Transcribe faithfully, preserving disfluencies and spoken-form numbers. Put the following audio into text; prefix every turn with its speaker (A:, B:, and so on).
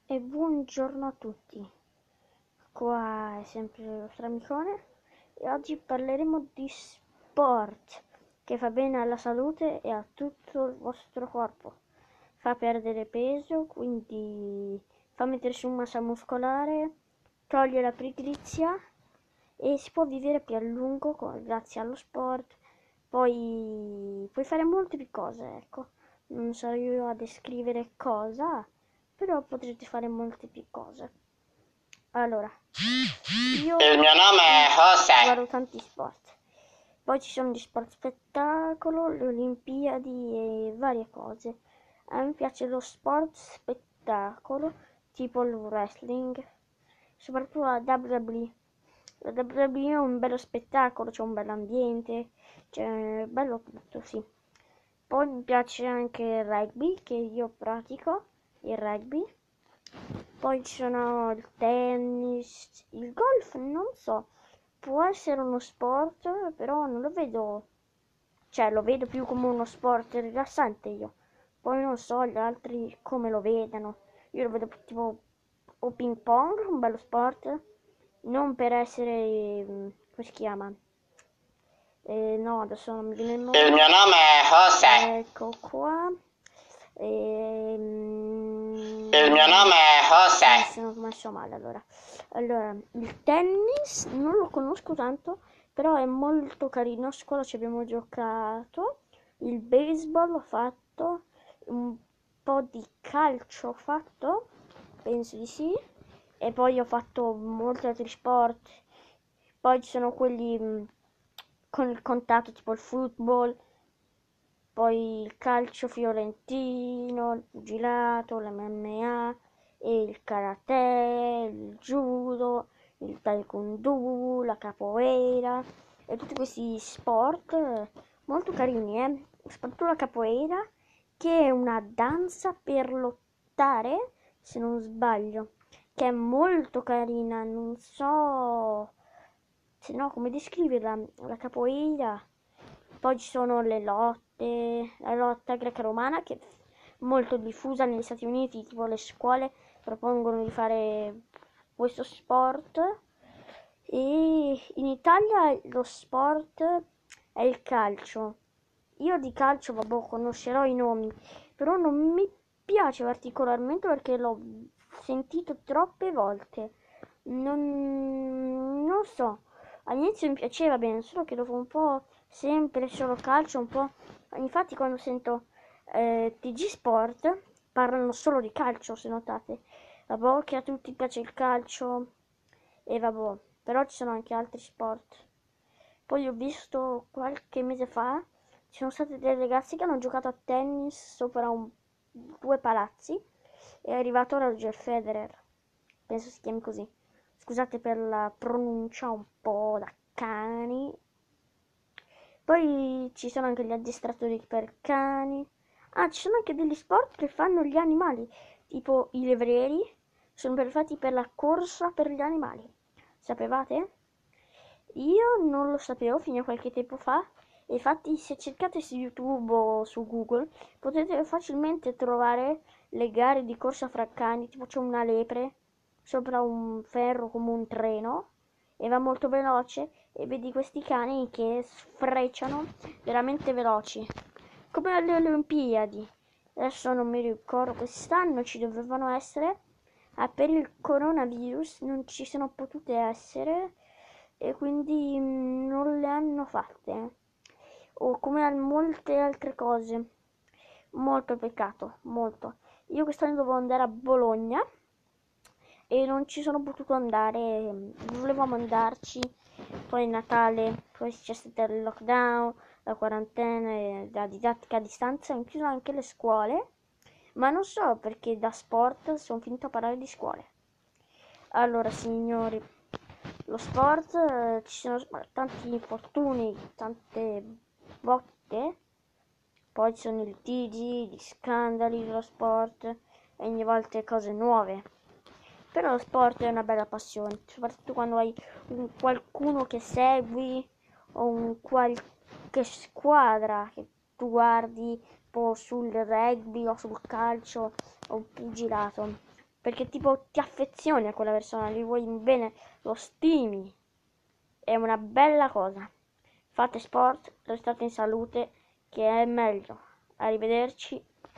A: E buongiorno a tutti, qua è sempre il vostro amicone e oggi parleremo di sport che fa bene alla salute e a tutto il vostro corpo. Fa perdere peso, quindi fa mettere su massa muscolare, toglie la pigrizia e si può vivere più a lungo grazie allo sport. Poi puoi fare molte più cose, ecco. Non so io a descrivere cosa, però potrete fare molte più cose. Allora, io
B: Il mio nome è José.
A: guardo tanti sport. Poi ci sono gli sport spettacolo, le Olimpiadi e varie cose. A me piace lo sport spettacolo, tipo il wrestling, soprattutto la W W E. La W W E è un bello spettacolo, c'è un bel ambiente, c'è bello tutto, sì. Poi mi piace anche il rugby, che io pratico, il rugby. Poi ci sono il tennis, il golf, non so, può essere uno sport, però non lo vedo, cioè lo vedo più come uno sport rilassante io. Poi non so gli altri come lo vedano. Io lo vedo tipo o ping pong, un bello sport, non per essere, mm, come si chiama? Eh, no, adesso non mi viene il
B: Il
A: nome.
B: mio nome è José.
A: Ecco qua.
B: Il mio
A: Ehm,
B: nome è
A: mi
B: José.
A: sono messo male allora. Allora, il tennis non lo conosco tanto, però è molto carino. A scuola ci abbiamo giocato. Il baseball ho fatto. Un po' di calcio ho fatto. Penso di sì. E poi ho fatto molti altri sport. Poi ci sono quelli mh, con il contatto, tipo il football, poi il calcio fiorentino, il pugilato, l'M M A, e il karate, il judo, il taekwondo, la capoeira e tutti questi sport eh, molto carini, eh? Soprattutto la capoeira, che è una danza per lottare, se non sbaglio, che è molto carina, non so se no come descriverla, la capoeira. Poi ci sono le lotte, la lotta greco-romana che è molto diffusa negli Stati Uniti, tipo le scuole propongono di fare questo sport e in Italia lo sport è il calcio. Io di calcio, vabbè, conoscerò i nomi, però non mi piace particolarmente perché l'ho sentito troppe volte. Non, non so, all'inizio mi piaceva bene, solo che dopo un po' sempre solo calcio, un po'. Infatti quando sento eh, T G Sport parlano solo di calcio, se notate. Vabbè, che a tutti piace il calcio e vabbè, però ci sono anche altri sport. Poi ho visto qualche mese fa, ci sono state delle ragazze che hanno giocato a tennis sopra un, due palazzi e è arrivato Roger Federer, penso si chiami così. Scusate per la pronuncia un po' da cani. Poi ci sono anche gli addestratori per cani. Ah, ci sono anche degli sport che fanno gli animali, tipo i levrieri, sono perfetti per la corsa per gli animali. Sapevate? Io non lo sapevo fino a qualche tempo fa. E infatti se cercate su YouTube o su Google potete facilmente trovare le gare di corsa fra cani, tipo c'è una lepre sopra un ferro come un treno e va molto veloce e vedi questi cani che sfrecciano veramente veloci, come alle Olimpiadi. Adesso non mi ricordo, quest'anno ci dovevano essere, ma per il coronavirus non ci sono potute essere e quindi mm, non le hanno fatte. O come al- molte altre cose. Molto peccato, molto. Io quest'anno dovevo andare a Bologna e non ci sono potuto andare, volevamo andarci, poi Natale, poi c'è stato il lockdown, la quarantena, e la didattica a distanza, hanno chiuso anche le scuole, ma non so perché da sport sono finito a parlare di scuole. Allora, signori, lo sport, eh, ci sono tanti infortuni, tante botte, poi ci sono i litigi, gli scandali dello sport e ogni volta cose nuove. Però lo sport è una bella passione, soprattutto quando hai un qualcuno che segui o un qualche squadra che tu guardi, tipo sul rugby o sul calcio o pugilato. perché tipo ti affezioni a quella persona, gli vuoi bene, lo stimi. È una bella cosa. Fate sport, restate in salute, che è meglio. Arrivederci.